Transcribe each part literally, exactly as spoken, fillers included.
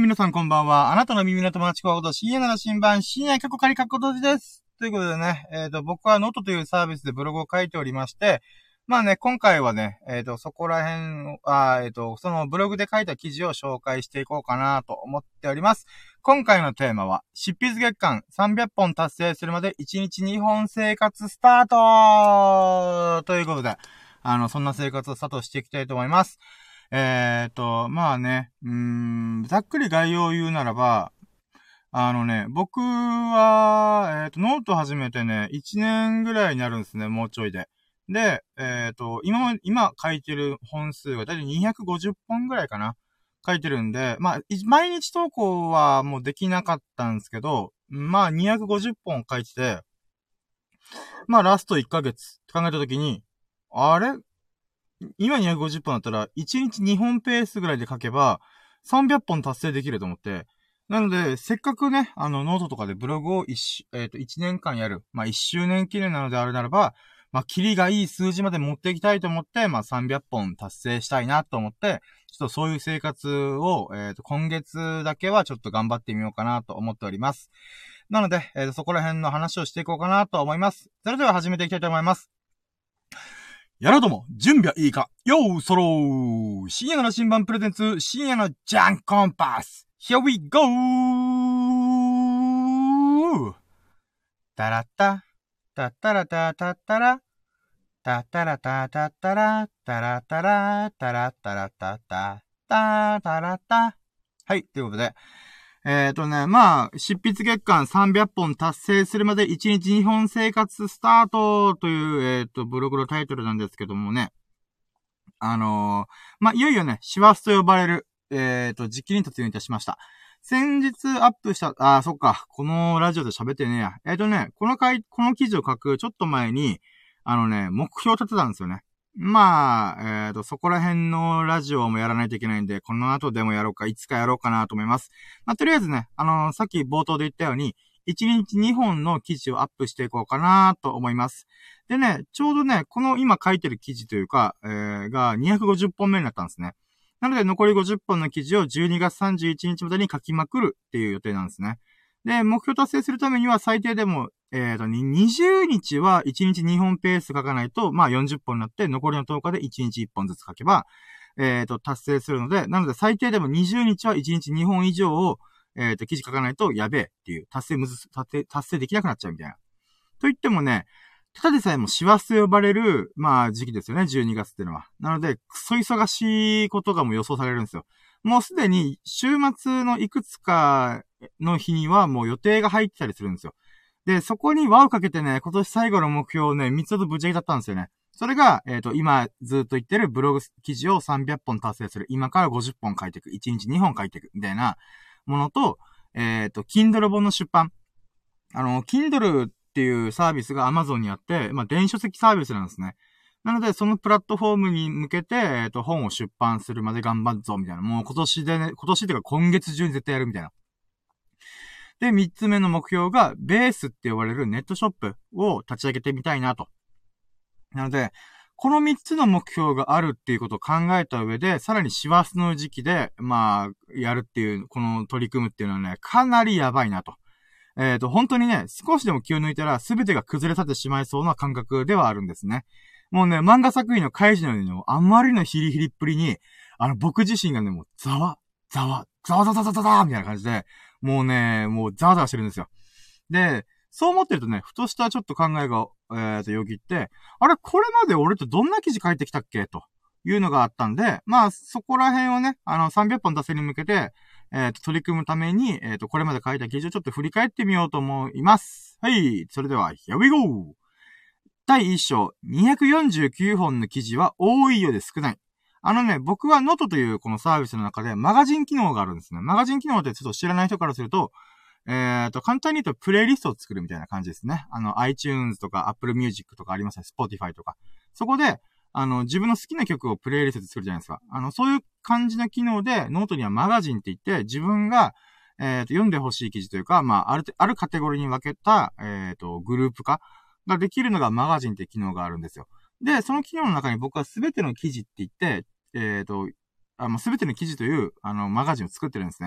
皆さんこんばんは。あなたの耳の友達コード深夜なら新版、深夜過去仮過去閉じです。ということでね、えっ、ー、と、僕はノートというサービスでブログを書いておりまして、まあね、今回はね、えっ、ー、と、そこら辺、あえっ、ー、と、そのブログで書いた記事を紹介していこうかなと思っております。今回のテーマは、執筆月間さんびゃっぽん達成するまでいちにちにほん生活スタートということで、あの、そんな生活をスタートしていきたいと思います。えーと、まあね、うーん、ざっくり概要を言うならば、あのね、僕は、えーと、ノート始めてね、いちねんぐらいになるんですね、もうちょいで。で、えーと、今、今書いてる本数がだいたいにひゃくごじゅっぽんぐらいかな。書いてるんで、まあ、毎日投稿はもうできなかったんですけど、まあ、にひゃくごじゅっぽん書いてて、まあ、ラストいっかげつって考えたときに、あれ今にひゃくごじゅっぽんだったら、いちにちにほんペースぐらいで書けば、さんびゃっぽん達成できると思って。なので、せっかくね、あの、ノートとかでブログを一し、えっと、いちねんかんやる。まあ、いっしゅうねん記念なのであるならば、まあ、キリがいい数字まで持っていきたいと思って、まあ、さんびゃっぽん達成したいなと思って、ちょっとそういう生活を、えっと、今月だけはちょっと頑張ってみようかなと思っております。なので、えっと、そこら辺の話をしていこうかなと思います。それでは始めていきたいと思います。やろうとも、準備はいいかよーそろー深夜の新版プレゼンツ、深夜のジャンコンパス !Here we go! タラッタ、タッタラタタッタラ、タッタラタタッタラ、タラタラ、タラッタラタタ、タタラタ。はい、ということで。えっ、ー、とね、まあ、執筆月間さんびゃっぽん達成するまでいちにちにほん生活スタートという、えっ、ー、と、ブログのタイトルなんですけどもね。あのー、まあ、いよいよね、師走と呼ばれる、えっ、ー、と、時期に突入いたしました。先日アップした、あ、そっか、このラジオで喋ってねえや。えっ、ー、とね、この回、この記事を書くちょっと前に、あのね、目標を立てたんですよね。まあ、えっ、ー、と、そこら辺のラジオもやらないといけないんで、この後でもやろうか、いつかやろうかなと思います。まあ、とりあえずね、あのー、さっき冒頭で言ったように、いちにちにほんの記事をアップしていこうかなと思います。でね、ちょうどね、この今書いてる記事というか、えー、がにひゃくごじゅっぽんめになったんですね。なので残りごじゅっぽんの記事をじゅうにがつさんじゅういちにちまでに書きまくるっていう予定なんですね。で、目標達成するためには最低でも、えっと、にじゅうにちはいちにちにほんペース書かないと、まあよんじゅっぽんになって、残りのとおかでいちにちいっぽんずつ書けば、えっと、達成するので、なので最低でもにじゅうにちはいちにちにほん以上を、えっと、記事書かないとやべえっていう、達成むず、達成、達成できなくなっちゃうみたいな。と言ってもね、ただでさえも師走と呼ばれる、まあ時期ですよね、じゅうにがつっていうのは。なので、くそ忙しいことがもう予想されるんですよ。もうすでに週末のいくつかの日にはもう予定が入ってたりするんですよ。で、そこに輪をかけてね、今年最後の目標をね、みっつほどぶち上げだったんですよね。それが、えっと、今ずっと言ってるブログ記事をさんびゃっぽん達成する。今からごじゅっぽん書いていく。いちにちにほん書いていく。みたいなものと、えっと、Kindle 本の出版。あの、Kindle っていうサービスが Amazon にあって、まあ、電子書籍サービスなんですね。なので、そのプラットフォームに向けて、えっと、本を出版するまで頑張るぞ、みたいな。もう今年でね、今年っていうか今月中に絶対やるみたいな。で、三つ目の目標が、ベースって呼ばれるネットショップを立ち上げてみたいなと。なので、この三つの目標があるっていうことを考えた上で、さらに師走の時期で、まあ、やるっていう、この取り組むっていうのはね、かなりやばいなと。えっと、本当にね、少しでも気を抜いたら、すべてが崩れ去ってしまいそうな感覚ではあるんですね。もうね、漫画作品の開示のように、あまりのヒリヒリっぷりに、あの、僕自身がね、もう、ざわ、ざわ、ざわざわざわざわざわみたいな感じで、もうね、もうざわざわしてるんですよ。で、そう思ってるとね、ふとしたちょっと考えが、えっと、よぎって、あれ、これまで俺ってどんな記事書いてきたっけというのがあったんで、まあ、そこら辺をね、あの、さんびゃっぽん達成に向けて、えっと、取り組むために、えっと、これまで書いた記事をちょっと振り返ってみようと思います。はい。それでは、here we go! だいいっ章、にひゃくよんじゅうきゅうほんの記事は多いようで少ない。あのね、僕はノートというこのサービスの中でマガジン機能があるんですね。マガジン機能ってちょっと知らない人からすると、えっと、簡単に言うとプレイリストを作るみたいな感じですね。あの、iTunes とか Apple Music とかありますね。Spotify とか。そこで、あの、自分の好きな曲をプレイリストで作るじゃないですか。あの、そういう感じの機能で、ノートにはマガジンって言って、自分が、えっと、読んでほしい記事というか、まあ、ある、あるカテゴリーに分けた、えっと、グループ化ができるのがマガジンって機能があるんですよ。で、その機能の中に僕はすべての記事って言って、えっと、あの、すべての記事という、あの、マガジンを作ってるんですね。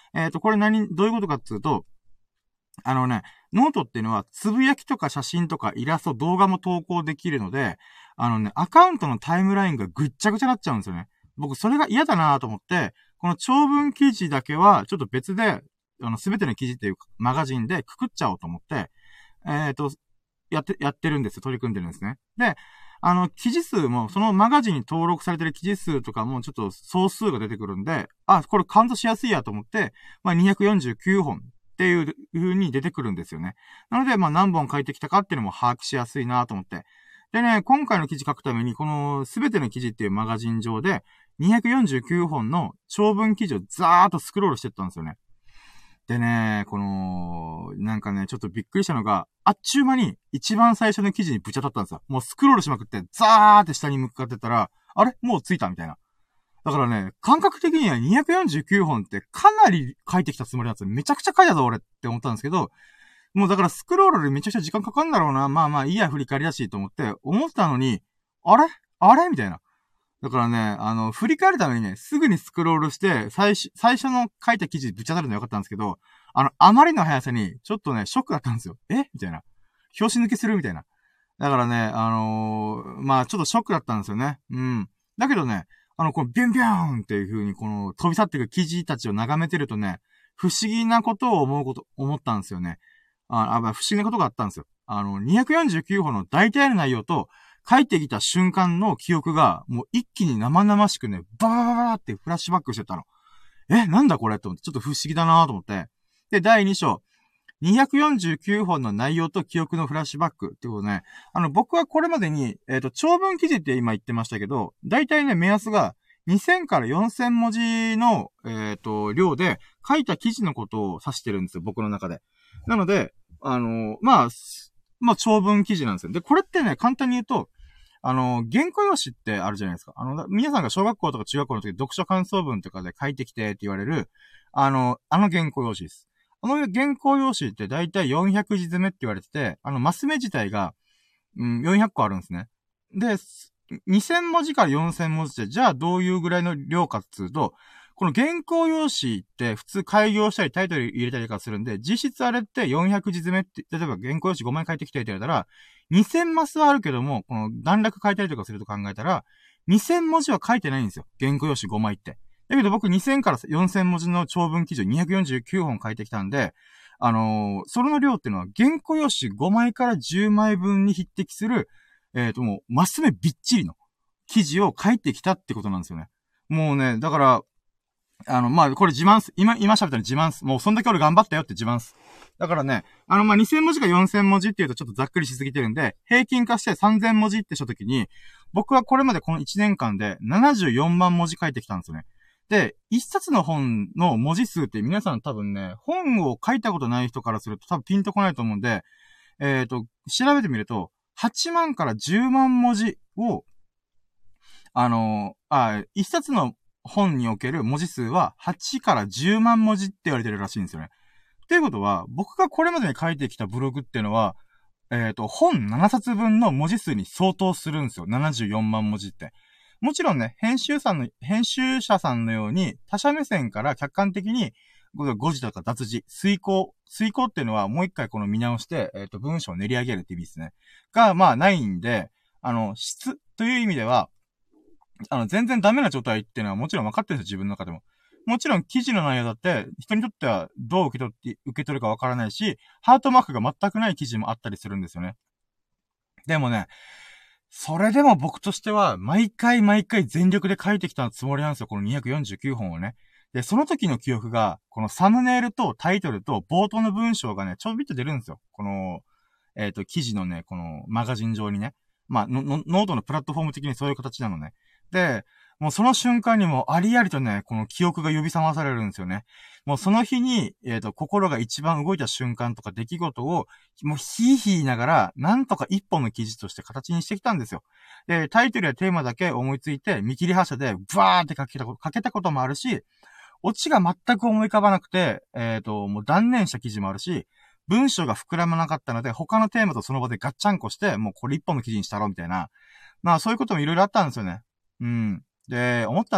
えっと、これ何、どういうことかっていうと、あのね、ノートっていうのは、つぶやきとか写真とかイラスト、動画も投稿できるので、あのね、アカウントのタイムラインがぐっちゃぐちゃになっちゃうんですよね。僕、それが嫌だなと思って、この長文記事だけは、ちょっと別で、あの、すべての記事っていうマガジンでくくっちゃおうと思って、えっと、やって、やってるんですよ。取り組んでるんですね。で、あの、記事数も、そのマガジンに登録されてる記事数とかも、ちょっと総数が出てくるんで、あ、これカウントしやすいやと思って、まあ、にひゃくよんじゅうきゅうほんっていう風に出てくるんですよね。なので、まあ、何本書いてきたかっていうのも把握しやすいなと思って。でね、今回の記事書くために、このすべての記事っていうマガジン上で、にひゃくよんじゅうきゅうほんの長文記事をザーッとスクロールしてったんですよね。でね、この、なんかね、ちょっとびっくりしたのが、あっちゅう間に一番最初の記事にぶち当たったんですよ。もうスクロールしまくって、ザーって下に向かってったら、あれもう着いたみたいな。だからね、感覚的にはにひゃくよんじゅうきゅうほんってかなり書いてきたつもりなんですよ。めちゃくちゃ書いたぞ俺って思ったんですけど、もうだからスクロールでめちゃくちゃ時間かかるんだろうな。まあまあいいや振り返りだしと思って思ったのに、あれあれみたいな。だからね、あの、振り返るためにね、すぐにスクロールして、最初、最初の書いた記事ぶち当たるのよかったんですけど、あの、あまりの速さに、ちょっとね、ショックだったんですよ。えみたいな。拍子抜けするみたいな。だからね、あのー、まあちょっとショックだったんですよね。うん。だけどね、あの、このビュンビューンっていう風に、この飛び去っていく記事たちを眺めてるとね、不思議なことを思うこと、思ったんですよね。あ、あ、不思議なことがあったんですよ。あの、にひゃくよんじゅうきゅうほんの大体の内容と、書いてきた瞬間の記憶が、もう一気に生々しくね、バーバーバーってフラッシュバックしてたの。え、なんだこれと思って、ちょっと不思議だなと思って。で、だいに章。にひゃくよんじゅうきゅうほんの内容と記憶のフラッシュバックってことね。あの、僕はこれまでに、えっと、長文記事って今言ってましたけど、だいたいね、目安がにせんからよんせん文字の、えっと、量で書いた記事のことを指してるんですよ、僕の中で。なので、あの、まあ、まあ、長文記事なんですよ。で、これってね、簡単に言うと、あの、原稿用紙ってあるじゃないですか。あの、皆さんが小学校とか中学校の時読書感想文とかで書いてきてって言われる、あの、あの原稿用紙です。あの原稿用紙ってだいたいよんひゃくじ詰めって言われてて、あの、マス目自体が、うん、よんひゃっこあるんですね。で、にせん文字からよんせん文字って、じゃあどういうぐらいの量かっつうと、この原稿用紙って普通開業したりタイトル入れたりとかするんで、実質あれってよんひゃく字詰めって、例えば原稿用紙ごまい書いてきてって言われたら、にせんマスはあるけども、この段落書いたりとかすると考えたら、にせん文字は書いてないんですよ。原稿用紙ごまいって。だけど僕にせんからよんせん文字の長文記事をにひゃくよんじゅうきゅうほん書いてきたんで、あのー、それの量っていうのは原稿用紙ごまいからじゅうまいぶんに匹敵する、えっともう、マス目びっちりの記事を書いてきたってことなんですよね。もうね、だから、あの、まあ、これ自慢っす。今、今喋ったの自慢っす。もうそんだけ俺頑張ったよって自慢っす。だからね、あの、まあ、にせん文字かよんせん文字っていうとちょっとざっくりしすぎてるんで、平均化してさんぜん文字ってしたときに、僕はこれまでこのいちねんかんでななじゅうよんまん文字書いてきたんですよね。で、一冊の本の文字数って皆さん多分ね、本を書いたことない人からすると多分ピンとこないと思うんで、えっと、調べてみると、はちまんからじゅうまん文字を、あの、あ、一冊の本における文字数ははちからじゅうまん文字って言われてるらしいんですよね。ということは、僕がこれまでに書いてきたブログっていうのは、えっと、本ななさつぶんの文字数に相当するんですよ。ななじゅうよんまん文字って。もちろんね、編集さんの、編集者さんのように他者目線から客観的に誤字とか脱字、遂行、遂行っていうのはもう一回この見直して、えっと、文章を練り上げるって意味ですね。が、まあないんで、あの、質という意味では、あの、全然ダメな状態っていうのはもちろん分かってるんですよ、自分の中でも。もちろん記事の内容だって、人にとってはどう受け取って、受け取るか分からないし、ハートマークが全くない記事もあったりするんですよね。でもね、それでも僕としては、毎回毎回全力で書いてきたつもりなんですよ、このにひゃくよんじゅうきゅうほんをね。で、その時の記憶が、このサムネイルとタイトルと冒頭の文章がね、ちょびっと出るんですよ。この、えっと、記事のね、このマガジン上にね。まあ、ノートのプラットフォーム的にそういう形なのね。で、もうその瞬間にもありありとね、この記憶が呼び覚まされるんですよね。もうその日に、えっと、心が一番動いた瞬間とか出来事を、もうヒーヒー言いながら、なんとか一本の記事として形にしてきたんですよ。で、タイトルやテーマだけ思いついて、見切り発車で、ブワーって書けたこと、書けたこともあるし、オチが全く思い浮かばなくて、えっと、もう断念した記事もあるし、文章が膨らまなかったので、他のテーマとその場でガッチャンコして、もうこれ一本の記事にしたろうみたいな。まあそういうこともいろいろあったんですよね。うん。で、思ったんですよ。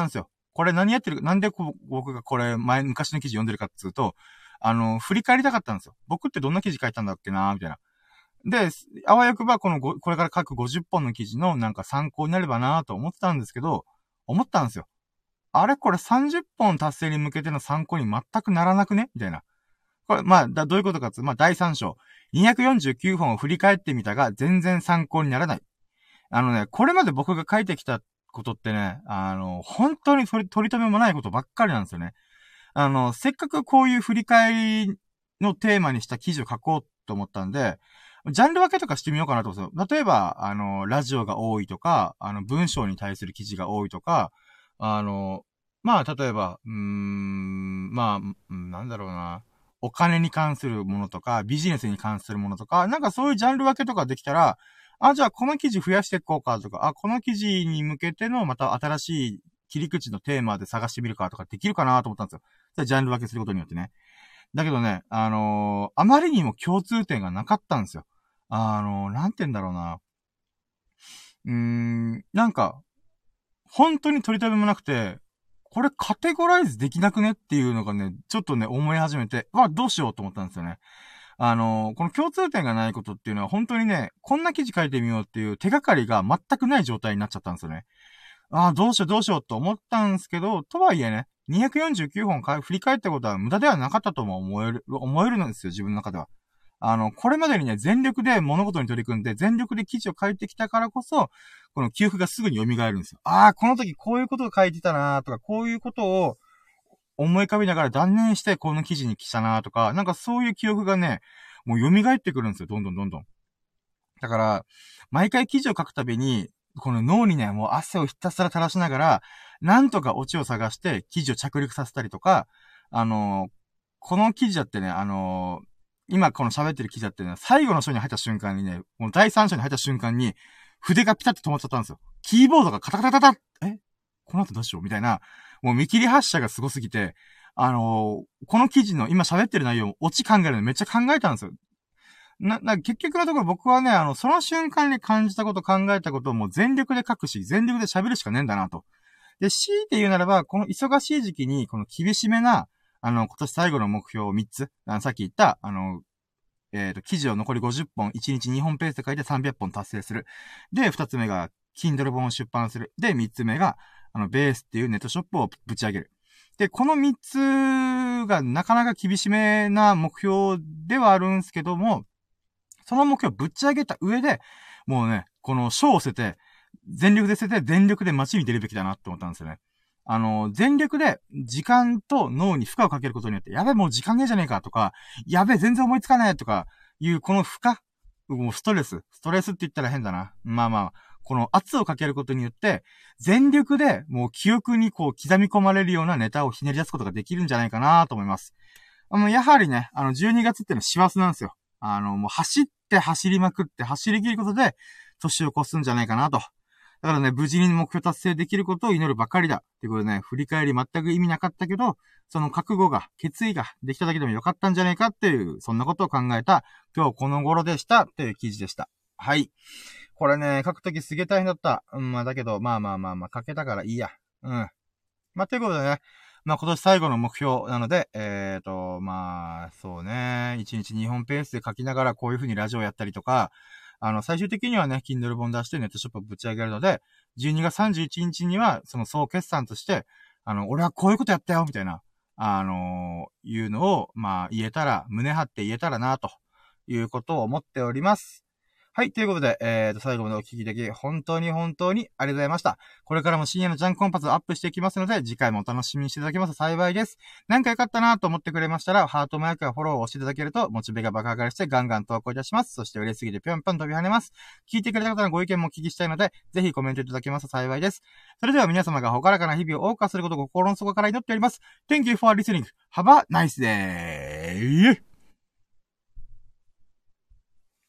これ何やってる、なんでこ僕がこれ前、昔の記事読んでるかっていうと、あの、振り返りたかったんですよ。僕ってどんな記事書いたんだっけなみたいな。で、あわよくばこのご、これから書くごじゅっぽんの記事のなんか参考になればなと思ってたんですけど、思ったんですよ。あれこれさんじゅっぽん達成に向けての参考に全くならなくねみたいな。これ、まあ、だ、どういうことかっていうと、まあ、だいさん章。にひゃくよんじゅうきゅうほんを振り返ってみたが、全然参考にならない。あのね、これまで僕が書いてきたことってね、あの、本当に取り、取り留めもないことばっかりなんですよね。あの、せっかくこういう振り返りのテーマにした記事を書こうと思ったんで、ジャンル分けとかしてみようかなと思うんですよ。例えば、あの、ラジオが多いとか、あの、文章に対する記事が多いとか、あの、まあ、例えば、うーん、まあ、なんだろうな。お金に関するものとか、ビジネスに関するものとか、なんかそういうジャンル分けとかできたら、あ、じゃあこの記事増やしていこうかとか、あ、この記事に向けてのまた新しい切り口のテーマで探してみるかとかできるかなと思ったんですよ。じゃあジャンル分けすることによってね。だけどね、あのー、あまりにも共通点がなかったんですよ。あのー、なんて言うんだろうな。うーん、なんか、本当に取り留めもなくて、これカテゴライズできなくねっていうのがね、ちょっとね、思い始めて、わ、どうしようと思ったんですよね。あのー、この共通点がないことっていうのは本当にね、こんな記事書いてみようっていう手がかりが全くない状態になっちゃったんですよね。ああ、どうしようどうしようと思ったんですけど、とはいえね、にひゃくよんじゅうきゅうほんか振り返ったことは無駄ではなかったとも思える、思えるんですよ、自分の中では。あの、これまでにね、全力で物事に取り組んで、全力で記事を書いてきたからこそ、この記憶がすぐに蘇るんですよ。ああ、この時こういうことを書いてたなとか、こういうことを思い浮かべながら断念してこの記事に来たなとか、なんかそういう記憶がね、もう蘇ってくるんですよ、どんどんどんどん。だから、毎回記事を書くたびに、この脳にね、もう汗をひたすら垂らしながら、なんとかオチを探して記事を着陸させたりとか、あのー、この記事だってね、あのー、今この喋ってる記事だってね、最後の章に入った瞬間にね、もう第三章に入った瞬間に、筆がピタッと止まっちゃったんですよ。キーボードがカタカタカタえこの後どうしようみたいな、もう見切り発車がすごすぎて、あのー、この記事の今喋ってる内容、オチ考えるのめっちゃ考えたんですよ。な、な、結局のところ僕はね、あの、その瞬間に感じたこと、考えたことをもう全力で書くし、全力で喋るしかねえんだなと。で、強いて言うならば、この忙しい時期に、この厳しめな、あの、今年最後の目標をみっつ、あのさっき言った、あの、えっと、記事を残りごじゅっぽん、いちにちにほんペースで書いてさんびゃっぽん達成する。で、ふたつめが、Kindle 本を出版する。で、みっつめが、あの、ベースっていうネットショップをぶち上げる。で、このみっつがなかなか厳しめな目標ではあるんですけども、その目標をぶち上げた上で、もうね、この章を捨てて、全力で捨てて、全力で街に出るべきだなって思ったんですよね。あの、全力で時間と脳に負荷をかけることによって、やべ、もう時間ねえじゃねえかとか、やべ、全然思いつかないとか、いうこの負荷、もうストレス、ストレスって言ったら変だな。まあまあ、この圧をかけることによって、全力でもう記憶にこう刻み込まれるようなネタをひねり出すことができるんじゃないかなと思います。あの、やはりね、あの、じゅうにがつっていうのは師走なんですよ。あの、もう走って走りまくって走り切ることで、年を越すんじゃないかなと。だからね、無事に目標達成できることを祈るばかりだ。っていうことでね、振り返り全く意味なかったけど、その覚悟が、決意ができただけでもよかったんじゃないかっていう、そんなことを考えた、今日この頃でしたっていう記事でした。はい。これね、書くときすげえ大変だった。うん、まあだけど、まあまあまあまあ、書けたからいいや。うん。まあ、ということでね、まあ今年最後の目標なので、えっと、まあ、そうね、いちにちにほんペースで書きながらこういう風にラジオやったりとか、あの、最終的にはね、Kindle 本出してネットショップをぶち上げるので、じゅうにがつさんじゅういちにちには、その総決算として、あの、俺はこういうことやったよ、みたいな、あのー、いうのを、まあ、言えたら、胸張って言えたらな、ということを思っております。はい。ということで、えーと、最後までお聞きでき、本当に本当にありがとうございました。これからも深夜のジャンコンパスをアップしていきますので、次回もお楽しみにしていただけますと幸いです。なんか良かったなと思ってくれましたら、ハートマークやフォローを押していただけると、モチベが爆上がりしてガンガン投稿いたします。そして嬉しすぎてぴょんぴょん飛び跳ねます。聞いてくれた方のご意見もお聞きしたいので、ぜひコメントいただけますと幸いです。それでは皆様がほからかな日々を謳歌することを心の底から祈っております。Thank you for listening. Have a nice day!